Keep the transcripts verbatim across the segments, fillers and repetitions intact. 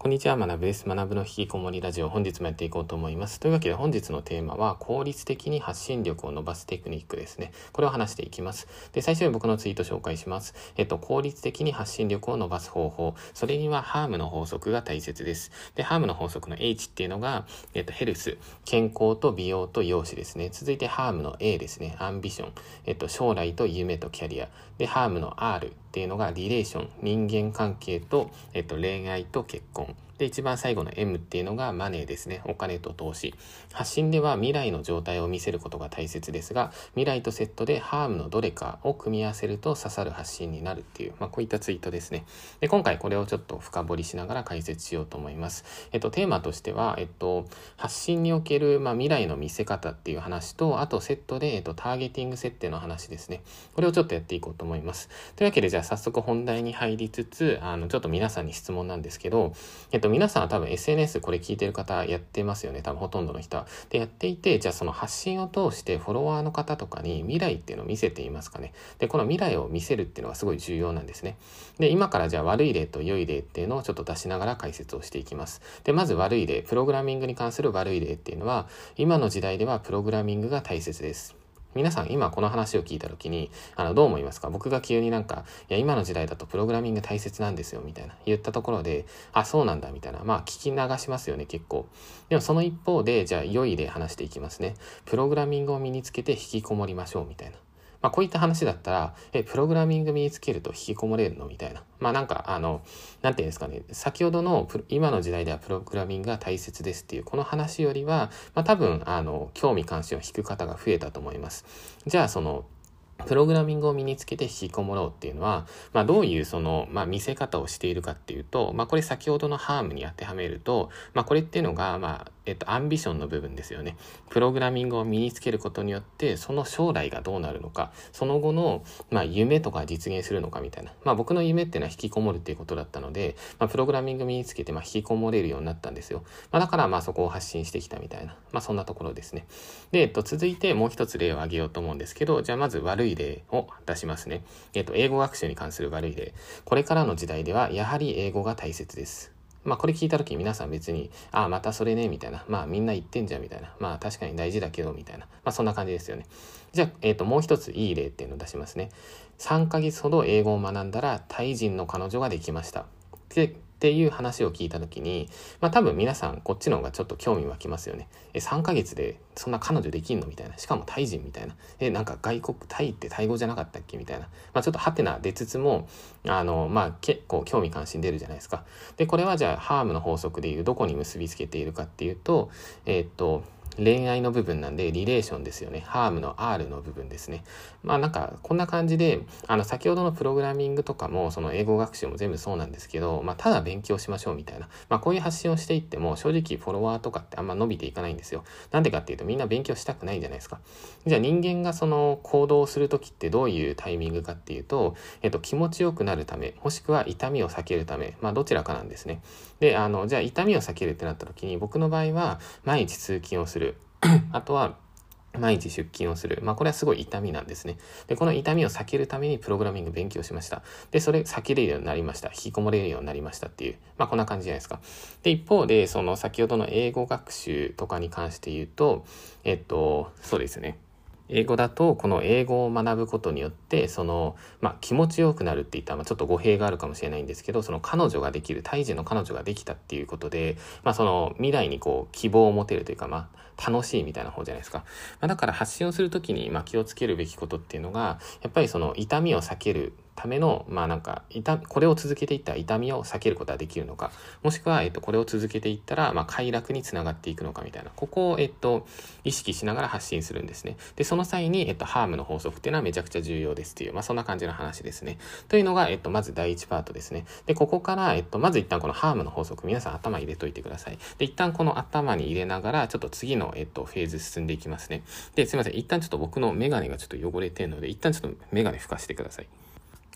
こんにちは、学ぶです。学ぶの引きこもりラジオ、本日もやっていこうと思います。というわけで本日のテーマは、効率的に発信力を伸ばすテクニックですね。これを話していきます。で、最初に僕のツイート紹介します。えっと、効率的に発信力を伸ばす方法。それにはハームの法則が大切です。で、ハームの法則の H っていうのが、えっと、ヘルス、健康と美容と容姿ですね。続いてハームの A ですね。アンビション、えっと、将来と夢とキャリア。で、ハームの R っていうのがリレーション、人間関係と、えっと、恋愛と結婚。で、一番最後の M っていうのがマネーですね。お金と投資。発信では未来の状態を見せることが大切ですが、未来とセットでハームのどれかを組み合わせると刺さる発信になるっていう、まあこういったツイートですね。で、今回これをちょっと深掘りしながら解説しようと思います。えっと、テーマとしては、えっと、発信における、まあ、未来の見せ方っていう話と、あとセットで、えっと、ターゲティング設定の話ですね。これをちょっとやっていこうと思います。というわけで、じゃあ早速本題に入りつつ、あの、ちょっと皆さんに質問なんですけど、えっと、皆さんは多分 エスエヌエス これ聞いてる方やってますよね。多分ほとんどの人は。で、やっていて、じゃあその発信を通してフォロワーの方とかに未来っていうのを見せていますかね。で、この未来を見せるっていうのがすごい重要なんですね。で、今からじゃあ悪い例と良い例っていうのをちょっと出しながら解説をしていきます。で、まず悪い例、プログラミングに関する悪い例っていうのは、今の時代ではプログラミングが大切です。皆さん今この話を聞いた時にあのどう思いますか？僕が急になんかいや今の時代だとプログラミング大切なんですよみたいな言ったところであそうなんだみたいなまあ聞き流しますよね結構。でもその一方でじゃあ良い例話していきますね。プログラミングを身につけて引きこもりましょうみたいな。まあこういった話だったら、え、プログラミング身につけると引きこもれるのみたいな。まあなんか、あの、なんていうんですかね、先ほどの今の時代ではプログラミングが大切ですっていうこの話よりは、まあ多分、あの、興味関心を引く方が増えたと思います。じゃあその、プログラミングを身につけて引きこもろうっていうのは、まあどういうその、まあ見せ方をしているかっていうと、まあこれ先ほどのハームに当てはめると、まあこれっていうのが、まあ、えっと、アンビションの部分ですよね。プログラミングを身につけることによって、その将来がどうなるのか、その後の、まあ夢とか実現するのかみたいな。まあ僕の夢っていうのは引きこもるっていうことだったので、まあプログラミング身につけて、まあ引きこもれるようになったんですよ。まあだからまあそこを発信してきたみたいな。まあそんなところですね。で、えっと、続いてもう一つ例を挙げようと思うんですけど、じゃあまず悪い例を出しますね。えっと、英語学習に関する悪い例。これからの時代では、やはり英語が大切です。まあこれ聞いた時に皆さん別に、ああ、またそれね、みたいな。まあみんな言ってんじゃん、みたいな。まあ確かに大事だけど、みたいな。まあそんな感じですよね。じゃあ、えっと、もう一ついい例っていうのを出しますね。さんかげつほど英語を学んだら、タイ人の彼女ができました。で、っていう話を聞いたときに、まあ多分皆さんこっちの方がちょっと興味湧きますよね。え、さんかげつでそんな彼女できんのみたいな。しかもタイ人みたいな。え、なんか外国、タイってタイ語じゃなかったっけみたいな。まあちょっとハテナ出つつも、あの、まあ結構興味関心出るじゃないですか。で、これはじゃあハームの法則でいうどこに結びつけているかっていうと、えーっと、恋愛の部分なんでリレーションですよね。ハームの R の部分ですね。まあなんかこんな感じで、あの先ほどのプログラミングとかもその英語学習も全部そうなんですけど、まあただ勉強しましょうみたいな。まあこういう発信をしていっても正直フォロワーとかってあんま伸びていかないんですよ。なんでかっていうとみんな勉強したくないじゃないですか。じゃあ人間がその行動をするときってどういうタイミングかっていうと、えっと気持ちよくなるため、もしくは痛みを避けるため、まあどちらかなんですね。で、あの、じゃあ痛みを避けるってなった時に僕の場合は毎日通勤をする。あとは毎日出勤をする。まあこれはすごい痛みなんですね。で、この痛みを避けるためにプログラミング勉強しました。で、それ避けれるようになりました。引きこもれるようになりましたっていう。まあこんな感じじゃないですか。で、一方で、その先ほどの英語学習とかに関して言うと、えっと、そうですね。英語だとこの英語を学ぶことによってその、まあ、気持ちよくなるっていったら、まあ、ちょっと語弊があるかもしれないんですけどその彼女ができるタイ人の彼女ができたっていうことで、まあ、その未来にこう希望を持てるというか、まあ、楽しいみたいな方じゃないですか、まあ、だから発信をするときに、まあ、気をつけるべきことっていうのがやっぱりその痛みを避けるための、まあなんか、痛、これを続けていったら痛みを避けることはできるのか、もしくは、えっと、これを続けていったら、まあ快楽につながっていくのかみたいな、ここを、えっと、意識しながら発信するんですね。で、その際に、えっと、ハームの法則っていうのはめちゃくちゃ重要ですっていう、まあそんな感じの話ですね。というのが、えっと、まず第一パートですね。で、ここから、えっと、まず一旦このハームの法則、皆さん頭入れといてください。で、一旦この頭に入れながら、ちょっと次の、えっと、フェーズ進んでいきますね。で、すいません。一旦ちょっと僕のメガネがちょっと汚れてるので、一旦ちょっとメガネ拭かしてください。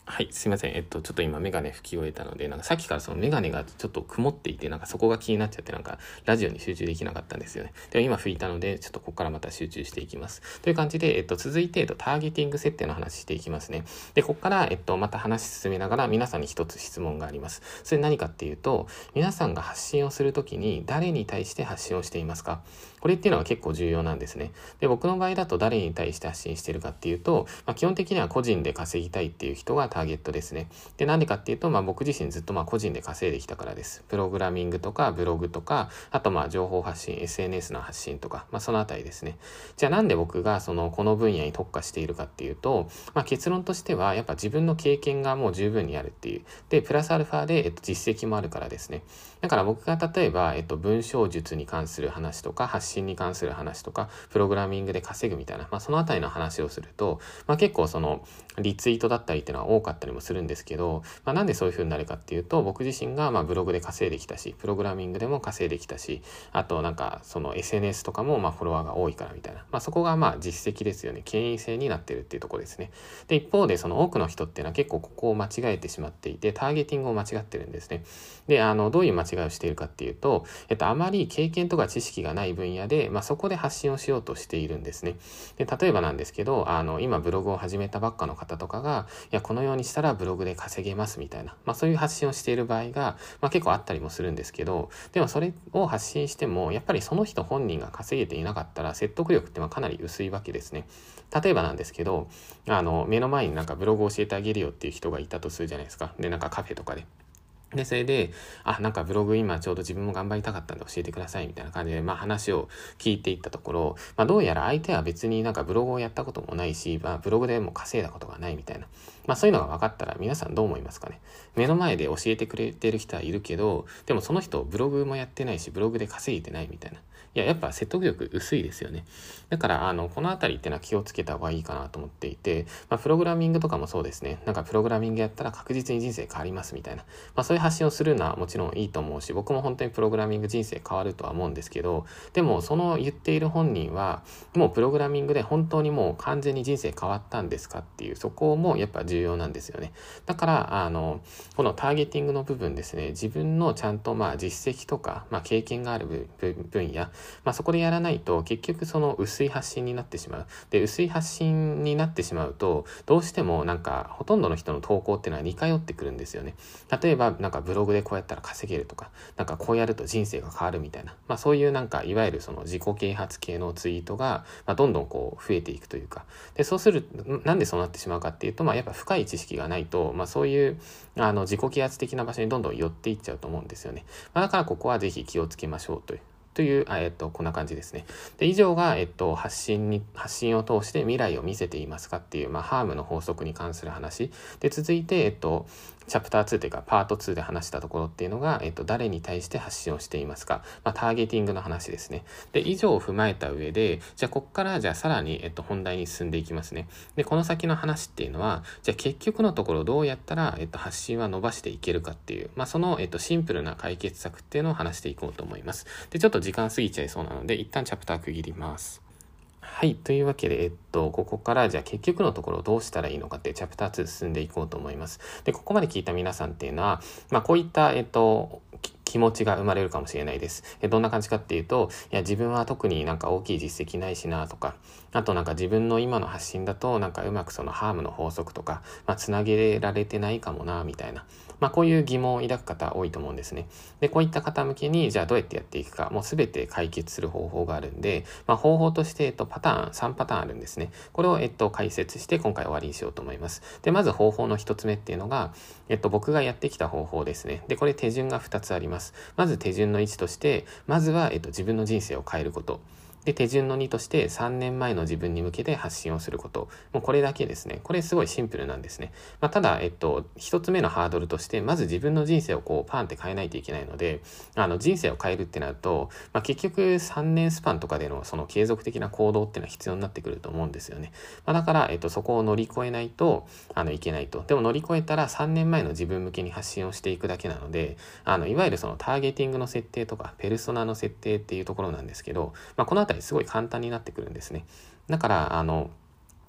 はい、すいません。えっと、ちょっと今メガネ拭き終えたので、なんかさっきからそのメガネがちょっと曇っていて、なんかそこが気になっちゃって、なんかラジオに集中できなかったんですよね。でも今拭いたので、ちょっとここからまた集中していきます。という感じで、えっと、続いて、えっと、ターゲティング設定の話していきますね。で、ここから、えっと、また話進めながら皆さんに一つ質問があります。それ何かっていうと、皆さんが発信をするときに誰に対して発信をしていますか？これっていうのは結構重要なんですね。で、僕の場合だと誰に対して発信してるかっていうと、まあ、基本的には個人で稼ぎたいっていう人がターゲットですね。で、なんでかっていうと、まあ僕自身ずっとまあ個人で稼いできたからです。プログラミングとかブログとか、あとまあ情報発信、エスエヌエス の発信とか、まあそのあたりですね。じゃあなんで僕がその、この分野に特化しているかっていうと、まあ結論としては、やっぱ自分の経験がもう十分にあるっていう。で、プラスアルファで、えっと、実績もあるからですね。だから僕が例えば、えっと、文章術に関する話とか、発信に関する話とか、プログラミングで稼ぐみたいな、まあそのあたりの話をすると、まあ結構その、リツイートだったりっていうのは多かったりもするんですけど、まあ、なんでそういう風になるかっていうと、僕自身がまあブログで稼いできたし、プログラミングでも稼いできたし、あとなんかその エスエヌエス とかもまあフォロワーが多いからみたいな、まあそこがまあ実績ですよね。権威性になってるっていうところですね。で、一方でその多くの人っていうのは結構ここを間違えてしまっていて、ターゲティングを間違ってるんですね。で、あの、どういう間違いをしているかっていうと、えっと、あまり経験とか知識がない分野で、まあそこで発信をしようとしているんですね。で、例えばなんですけど、あの、今ブログを始めたばっかの方とかが、いや、このようにしたらブログで稼げますみたいな、まあそういう発信をしている場合が、まあ結構あったりもするんですけど、でもそれを発信しても、やっぱりその人本人が稼げていなかったら説得力ってまあかなり薄いわけですね。例えばなんですけど、あの、目の前になんかブログを教えてあげるよっていう人がいたとするじゃないですか。で、なんかカフェとかで。で、それで、あ、なんかブログ今ちょうど自分も頑張りたかったんで教えてくださいみたいな感じで、まあ話を聞いていったところ、まあどうやら相手は別になんかブログをやったこともないし、まあブログでも稼いだことがないみたいな。まあそういうのが分かったら皆さんどう思いますかね。目の前で教えてくれてる人はいるけど、でもその人ブログもやってないし、ブログで稼いでないみたいな。いや、やっぱ説得力薄いですよね。だから、あの、このあたりってのは気をつけた方がいいかなと思っていて、まあプログラミングとかもそうですね。なんかプログラミングやったら確実に人生変わりますみたいな。まあそういう発信をするのはもちろんいいと思うし、僕も本当にプログラミング人生変わるとは思うんですけど、でもその言っている本人は、もうプログラミングで本当にもう完全に人生変わったんですかっていう、そこもやっぱ重要なんですよね。だから、あの、このターゲティングの部分ですね、自分のちゃんとまあ実績とか、まあ経験がある分野、まあそこでやらないと結局その薄い発信になってしまう。で、薄い発信になってしまうと、どうしてもなんかほとんどの人の投稿っていうのは似通ってくるんですよね。例えばなんかブログでこうやったら稼げるとか、なんかこうやると人生が変わるみたいな、まあそういうなんかいわゆるその自己啓発系のツイートが、まあ、どんどんこう増えていくというか、で、そうする、なんでそうなってしまうかっていうと、まあやっぱ深い知識がないと、まあそういうあの自己啓発的な場所にどんどん寄っていっちゃうと思うんですよね。まあ、だからここはぜひ気をつけましょうという。という、えっと、こんな感じですね。で、以上が、えっと、発信に、発信を通して未来を見せていますかっていう、まあ、ハームの法則に関する話。で、続いて、えっと、チャプターツーというか、パートツーで話したところっていうのが、えっと、誰に対して発信をしていますか。まあ、ターゲティングの話ですね。で、以上を踏まえた上で、じゃあ、ここから、じゃあ、さらに、えっと、本題に進んでいきますね。で、この先の話っていうのは、じゃあ、結局のところどうやったら、えっと、発信は伸ばしていけるかっていう、まあ、その、えっと、シンプルな解決策っていうのを話していこうと思います。で、ちょっと時間過ぎちゃいそうなので、一旦チャプター区切ります。はい。というわけで、えっと、ここからじゃあ結局のところどうしたらいいのかっていうチャプターツー進んでいこうと思います。で、ここまで聞いた皆さんっていうのは、まあこういった、えっと、気持ちが生まれるかもしれないです。えどんな感じかっていうと、いや自分は特になんか大きい実績ないしなとか、あとなんか自分の今の発信だとなんかうまくそのハームの法則とか、まあつなげられてないかもなみたいな。まあこういう疑問を抱く方多いと思うんですね。で、こういった方向けにじゃあどうやってやっていくか、もうすべて解決する方法があるんで、まあ方法として、えっと、パターン、さんパターンあるんですね。これを、えっと、解説して今回終わりにしようと思います。で、まず方法の一つ目っていうのが、えっと、僕がやってきた方法ですね。で、これ手順がふたつあります。まず手順のいちとして、まずは、えっと、自分の人生を変えること。で、手順のにとしてさんねんまえの自分に向けて発信をすること。もうこれだけですね。これすごいシンプルなんですね。まあ、ただ、えっと、一つ目のハードルとして、まず自分の人生をこうパンって変えないといけないので、あの人生を変えるってなると、まあ、結局さんねんスパンとかでのその継続的な行動っていうのは必要になってくると思うんですよね。まあ、だから、えっと、そこを乗り越えないと、あの、いけないと。でも乗り越えたらさんねんまえの自分向けに発信をしていくだけなので、あの、いわゆるそのターゲティングの設定とか、ペルソナの設定っていうところなんですけど、まあ、このあたりすごい簡単になってくるんですね。だから、あの、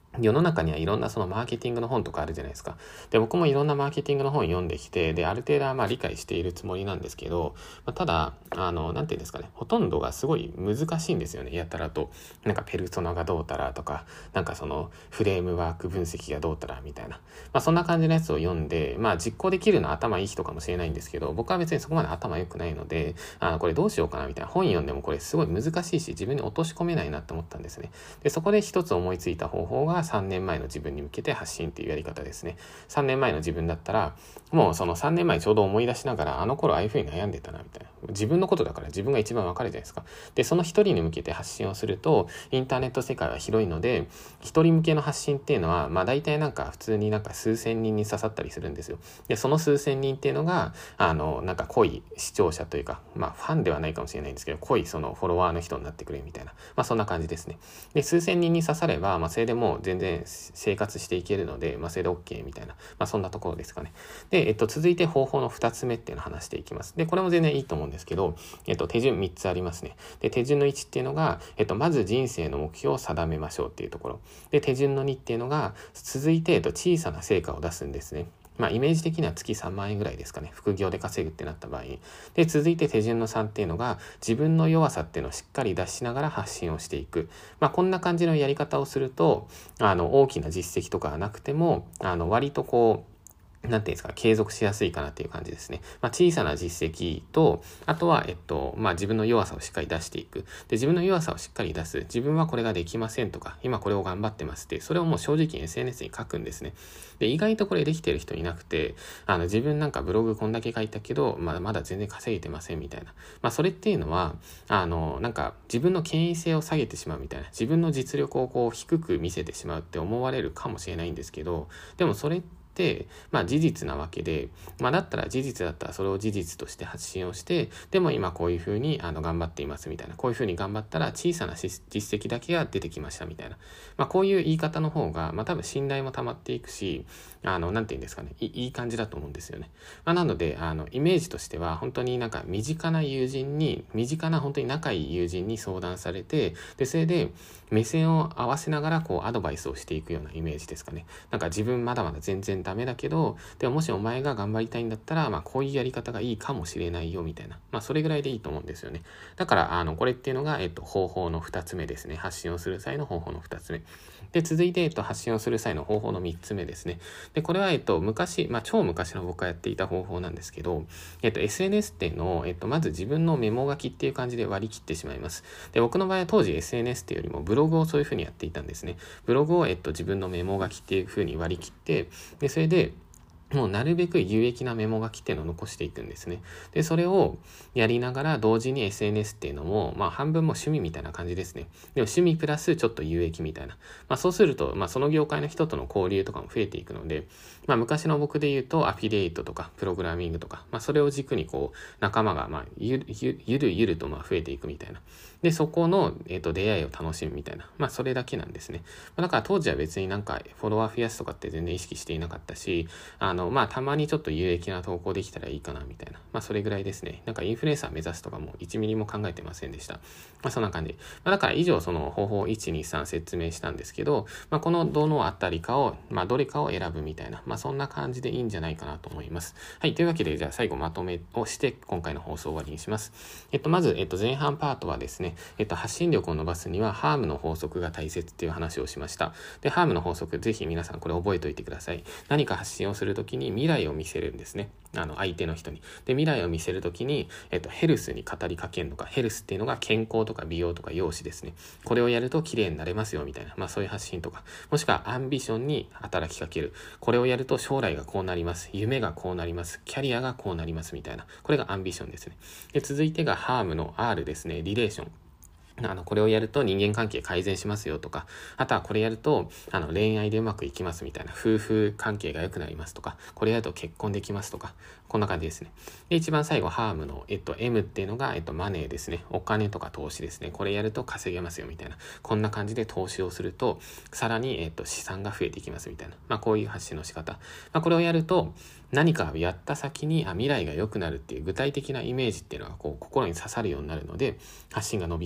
世の中にはいろんなそのマーケティングの本とかあるじゃないですか。で、僕もいろんなマーケティングの本読んできて、で、ある程度はまあ理解しているつもりなんですけど、まあ、ただ、あの、なんていうんですかね、ほとんどがすごい難しいんですよね、やたらと。なんかペルソナがどうたらとか、なんかそのフレームワーク分析がどうたらみたいな。まあそんな感じのやつを読んで、まあ実行できるのは頭いい人かもしれないんですけど、僕は別にそこまで頭良くないので、あの、これどうしようかなみたいな。本読んでもこれすごい難しいし、自分に落とし込めないなって思ったんですね。で、そこで一つ思いついた方法がさんねんまえの自分に向けて発信っていうやり方ですね。さんねんまえの自分だったら、もうそのさんねんまえちょうど思い出しながら、あの頃ああいう風に悩んでたなみたいな。自分のことだから自分が一番わかるじゃないですか。で、その一人に向けて発信をすると、インターネット世界は広いので、一人向けの発信っていうのは、まあ大体なんか普通になんか数千人に刺さったりするんですよ。で、その数千人っていうのが、あの、なんか濃い視聴者というか、まあファンではないかもしれないんですけど、濃いそのフォロワーの人になってくれみたいな。まあそんな感じですね。で、数千人に刺されば、まあそれでもう全然生活していけるので、まあそれで OK みたいな。まあそんなところですかね。で、えっと、続いて方法のふたつめっていうのを話していきます。で、これも全然いいと思うんですけど、えっと、手順みっつありますね。で、手順のいちっていうのが、えっと、まず人生の目標を定めましょうっていうところ。で、手順のにっていうのが、続いて、えっと、小さな成果を出すんですね。まあ、イメージ的には月さんまんえんぐらいですかね。副業で稼ぐってなった場合。で、続いて手順のさんっていうのが、自分の弱さっていうのをしっかり出しながら発信をしていく。まあ、こんな感じのやり方をすると、あの、大きな実績とかはなくても、あの、割とこう、なんていうんですか、継続しやすいかなっていう感じですね。まあ、小さな実績と、あとは、えっと、まあ、自分の弱さをしっかり出していく。で、自分の弱さをしっかり出す。自分はこれができませんとか、今これを頑張ってますって、それをもう正直に エスエヌエス に書くんですね。で、意外とこれできてる人いなくて、あの、自分なんかブログこんだけ書いたけど、まだまだ全然稼げてませんみたいな。まあ、それっていうのは、あの、なんか自分の権威性を下げてしまうみたいな。自分の実力をこう低く見せてしまうって思われるかもしれないんですけど、でもそれって、で、まあ事実なわけで、まあだったら事実だったらそれを事実として発信をして、でも今こういうふうにあの頑張っていますみたいな、こういうふうに頑張ったら小さな実績だけが出てきましたみたいな、まあこういう言い方の方が、まあ多分信頼も溜まっていくし、あの、なんて言うんですかね、いいい感じだと思うんですよね。まあなので、あの、イメージとしては本当になんか身近な友人に、身近な本当に仲いい友人に相談されて、で、それで目線を合わせながらこうアドバイスをしていくようなイメージですかね。なんか自分まだまだ全然ダメだけど、でももしお前が頑張りたいんだったら、まあこういうやり方がいいかもしれないよみたいな。まあそれぐらいでいいと思うんですよね。だから、あの、これっていうのが、えっと、方法の二つ目ですね。発信をする際の方法の二つ目。で、続いて、えっと、発信をする際の方法の三つ目ですね。で、これは、えっと、昔、まあ超昔の僕がやっていた方法なんですけど、えっと、エスエヌエス っていうのを、えっと、まず自分のメモ書きっていう感じで割り切ってしまいます。で、僕の場合は当時 エスエヌエス っていうよりもブログをそういうふうにやっていたんですね。ブログを、えっと、自分のメモ書きっていうふうに割り切って、で、それで、もうなるべく有益なメモ書きっていうのを残していくんですね。で、それをやりながら同時に エスエヌエス っていうのも、まあ半分も趣味みたいな感じですね。でも趣味プラスちょっと有益みたいな。まあそうすると、まあその業界の人との交流とかも増えていくので、まあ昔の僕で言うとアフィリエイトとかプログラミングとか、まあそれを軸にこう仲間がまあゆるゆゆるゆるとまあ増えていくみたいな。で、そこの、えっと、出会いを楽しむみたいな。まあそれだけなんですね。だから当時は別になんかフォロワー増やすとかって全然意識していなかったし、あの、まあ、たまにちょっと有益な投稿できたらいいかな、みたいな。まあ、それぐらいですね。なんかインフルエンサー目指すとかもいちミリも考えてませんでした。まあ、そんな感じ。まあ、だから以上その方法いち、に、さん説明したんですけど、まあ、このどのあたりかを、まあ、どれかを選ぶみたいな。まあ、そんな感じでいいんじゃないかなと思います。はい。というわけで、じゃあ最後まとめをして、今回の放送を終わりにします。えっと、まず、えっと、前半パートはですね、えっと、発信力を伸ばすには、ハームの法則が大切っていう話をしました。で、ハームの法則、ぜひ皆さんこれ覚えておいてください。何か発信をするときに未来を見せるんですね。あの、相手の人に。で、未来を見せるときに、えっと、ヘルスに語りかけるのか、ヘルスっていうのが健康とか美容とか容姿ですね。これをやると綺麗になれますよ、みたいな。まあ、そういう発信とか。もしくは、アンビションに働きかける。これをやると将来がこうなります。夢がこうなります。キャリアがこうなります、みたいな。これがアンビションですね。で、続いてがハームの アール ですね。リレーション。あの、これをやると人間関係改善しますよとか、あとはこれやると、あの、恋愛でうまくいきますみたいな、夫婦関係が良くなりますとか、これやると結婚できますとか、こんな感じですね。で、一番最後、ハームの、えっと、M っていうのが、えっと、マネーですね。お金とか投資ですね。これやると稼げますよみたいな。こんな感じで投資をすると、さらに、えっと、資産が増えていきますみたいな。まあ、こういう発信の仕方。まあ、これをやると、何かをやった先にあ未来が良くなるっていう具体的なイメージっていうのがこう心に刺さるようになるので発信が伸びやすくなるっ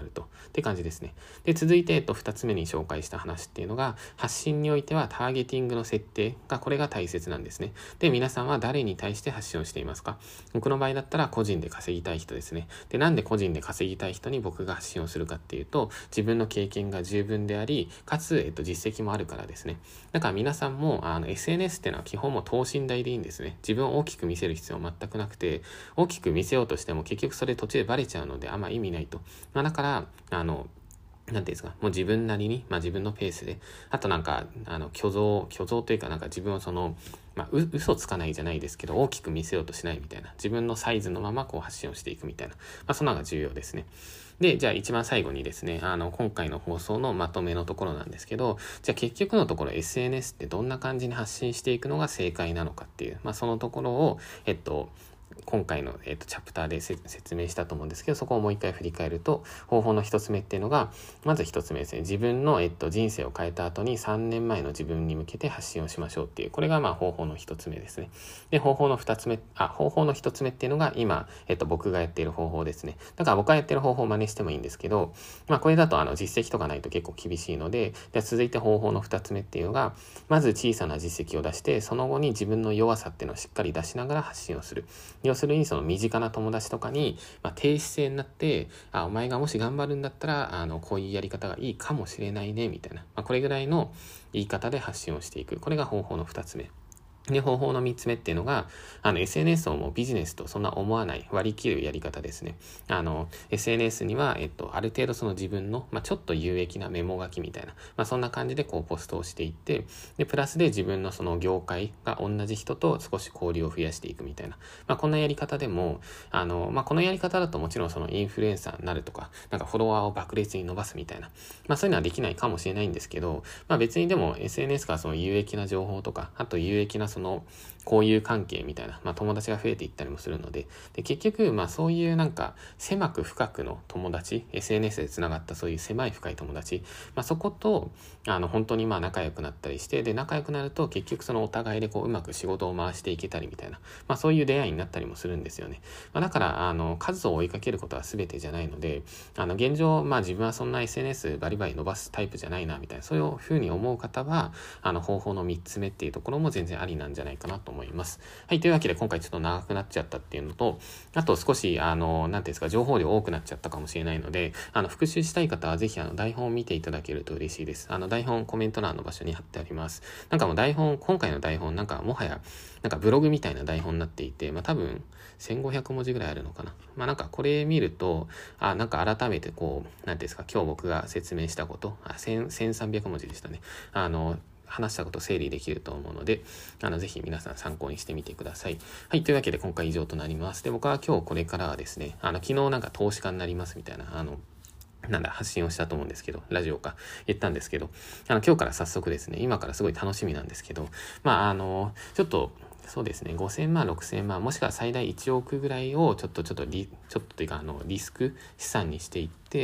ると。って感じですね。で、続いて、えっと、ふたつめに紹介した話っていうのが、発信においてはターゲティングの設定が、これが大切なんですね。で、皆さんは誰に対して発信をしていますか？僕の場合だったら個人で稼ぎたい人ですね。で、なんで個人で稼ぎたい人に僕が発信をするかっていうと、自分の経験が十分であり、かつ、えっと、実績もあるからですね。だから皆さんも、あの、エスエヌエス っていうのは基本も等身大でいいんですね。自分を大きく見せる必要は全くなくて、大きく見せようとしても結局それ途中でバレちゃうのであんま意味ないと。まあ、だから、あの、なんていうんですか、もう自分なりに、まあ自分のペースで、あとなんか、あの、虚像、虚像というかなんか自分をその、まあ、う、嘘つかないじゃないですけど、大きく見せようとしないみたいな。自分のサイズのままこう発信をしていくみたいな。まあ、そんなのが重要ですね。で、じゃあ一番最後にですね、あの、今回の放送のまとめのところなんですけど、じゃあ結局のところ エスエヌエス ってどんな感じに発信していくのが正解なのかっていう、まあそのところを、えっと、今回の、えっと、チャプターで説明したと思うんですけど、そこをもう一回振り返ると、方法の一つ目っていうのが、まず一つ目ですね。自分の、えっと、人生を変えた後にさんねんまえの自分に向けて発信をしましょうっていう、これがまあ方法の一つ目ですね。で、方法の二つ目、あ、方法の一つ目っていうのが今、えっと、僕がやっている方法ですね。だから僕がやってる方法を真似してもいいんですけど、まあこれだとあの実績とかないと結構厳しいので、で続いて方法の二つ目っていうのが、まず小さな実績を出して、その後に自分の弱さっていうのをしっかり出しながら発信をする。要するにその身近な友達とかに、まあ、低姿勢になって、あ、お前がもし頑張るんだったら、あの、こういうやり方がいいかもしれないね、みたいな。まあ、これぐらいの言い方で発信をしていく。これが方法の二つ目。で、方法の三つ目っていうのが、あの、エスエヌエス をもうビジネスとそんな思わない、割り切るやり方ですね。あの、エスエヌエス には、えっと、ある程度その自分の、まあ、ちょっと有益なメモ書きみたいな、まあ、そんな感じでこう、ポストをしていって、で、プラスで自分のその業界が同じ人と少し交流を増やしていくみたいな、まあ、こんなやり方でも、あの、まあ、このやり方だともちろんそのインフルエンサーになるとか、なんかフォロワーを爆裂に伸ばすみたいな、まあ、そういうのはできないかもしれないんですけど、まあ、別にでも エスエヌエス からその有益な情報とか、あと有益なその、交友関係みたいな、まあ、友達が増えていったりもするので、で結局、まあ、そういうなんか狭く深くの友達、エスエヌエス でつながったそういう狭い深い友達、まあ、そことあの本当にまあ仲良くなったりして、で仲良くなると結局そのお互いでこううまく仕事を回していけたりみたいな、まあ、そういう出会いになったりもするんですよね。まあ、だからあの数を追いかけることは全てじゃないので、あの現状、まあ、自分はそんな エスエヌエス バリバリ伸ばすタイプじゃないなみたいな、そういうふうに思う方はあの方法のみっつめっていうところも全然ありなんじゃないかなと思います。はい、というわけで今回ちょっと長くなっちゃったっていうのと、あと少し、あの、なんていうんですか、情報量多くなっちゃったかもしれないので、あの、復習したい方はぜひ、あの、台本を見ていただけると嬉しいです。あの、台本、コメント欄の場所に貼ってあります。なんかもう台本、今回の台本、なんかもはや、なんかブログみたいな台本になっていて、まあ多分、せんごひゃくもじぐらいあるのかな。まあなんかこれ見ると、あ、なんか改めてこう、なんていうんですか、今日僕が説明したこと、あ、せんさんびゃくもじでしたね。あの、話したことを整理できると思うので、あの、ぜひ皆さん参考にしてみてください。はい。というわけで今回以上となります。で、僕は今日これからはですね、あの、昨日なんか投資家になりますみたいな、あの、なんだ、発信をしたと思うんですけど、ラジオか言ったんですけど、あの、今日から早速ですね、今からすごい楽しみなんですけど、まあ、あの、ちょっと、そうですね、ごせんまん、ろくせんまん、もしくは最大いちおくぐらいをちょっとちょっとリ、ちょっとというか、あの、リスク資産にしていって、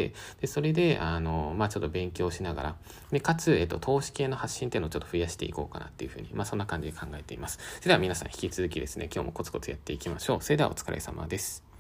で、それで、あの、まあ、ちょっと勉強しながら、で、かつ、えっと、投資系の発信っていうのをちょっと増やしていこうかなっていうふうに、まあ、そんな感じで考えています。それでは皆さん引き続きですね、今日もコツコツやっていきましょう。それではお疲れ様です。